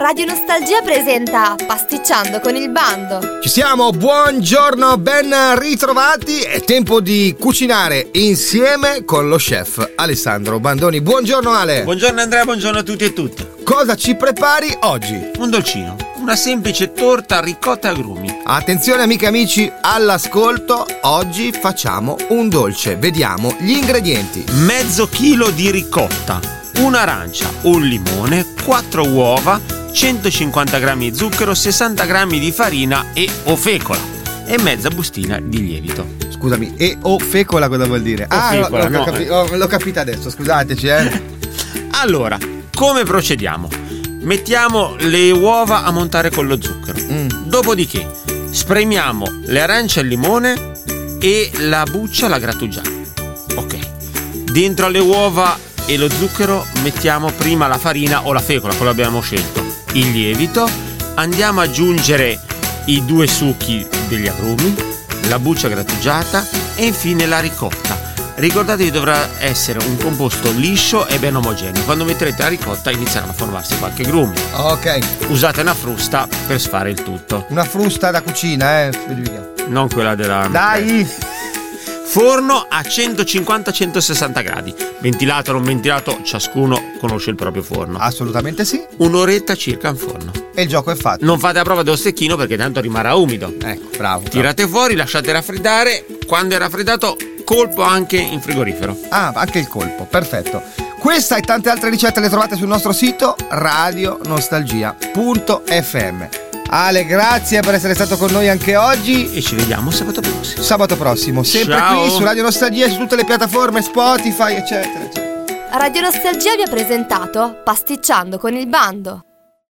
Radio Nostalgia presenta Pasticciando con il bando. Ci siamo, buongiorno, ben ritrovati. È tempo di cucinare insieme con lo chef Alessandro Bandoni. Buongiorno Ale. Buongiorno Andrea, buongiorno a tutti e tutte. Cosa ci prepari oggi? Un dolcino, una semplice torta ricotta e agrumi. Attenzione amiche e amici all'ascolto, oggi facciamo un dolce. Vediamo gli ingredienti. Mezzo chilo di ricotta, un'arancia, un limone, 4 uova, 150 grammi di zucchero, 60 grammi di farina e o fecola e mezza bustina di lievito. Scusami, e o fecola cosa vuol dire? Fecola, l'ho capita adesso, scusateci Allora, come procediamo? Mettiamo le uova a montare con lo zucchero. Dopodiché spremiamo le arance al limone e la buccia alla grattugiata. Ok. Dentro alle uova e lo zucchero mettiamo prima la farina o la fecola, quello abbiamo scelto, il lievito, andiamo ad aggiungere i 2 succhi degli agrumi, la buccia grattugiata e infine la ricotta. Ricordatevi, dovrà essere un composto liscio e ben omogeneo. Quando metterete la ricotta inizieranno a formarsi qualche grume. Ok. Usate una frusta per sfare il tutto. Una frusta da cucina, Non quella della... Dai! Forno a 150-160 gradi. Ventilato o non ventilato, ciascuno conosce il proprio forno. Assolutamente sì. Un'oretta circa in forno. E il gioco è fatto. Non fate la prova dello stecchino perché tanto rimarrà umido. Ecco, bravo. Tirate fuori, lasciate raffreddare. Quando è raffreddato, colpo anche in frigorifero. Ah, anche il colpo, perfetto. Questa e tante altre ricette le trovate sul nostro sito radionostalgia.fm. Ale, grazie per essere stato con noi anche oggi. E ci vediamo sabato prossimo. Sabato prossimo, sempre Ciao. Qui su Radio Nostalgia, su tutte le piattaforme, Spotify, eccetera, eccetera. Radio Nostalgia vi ha presentato Pasticciando con il bando.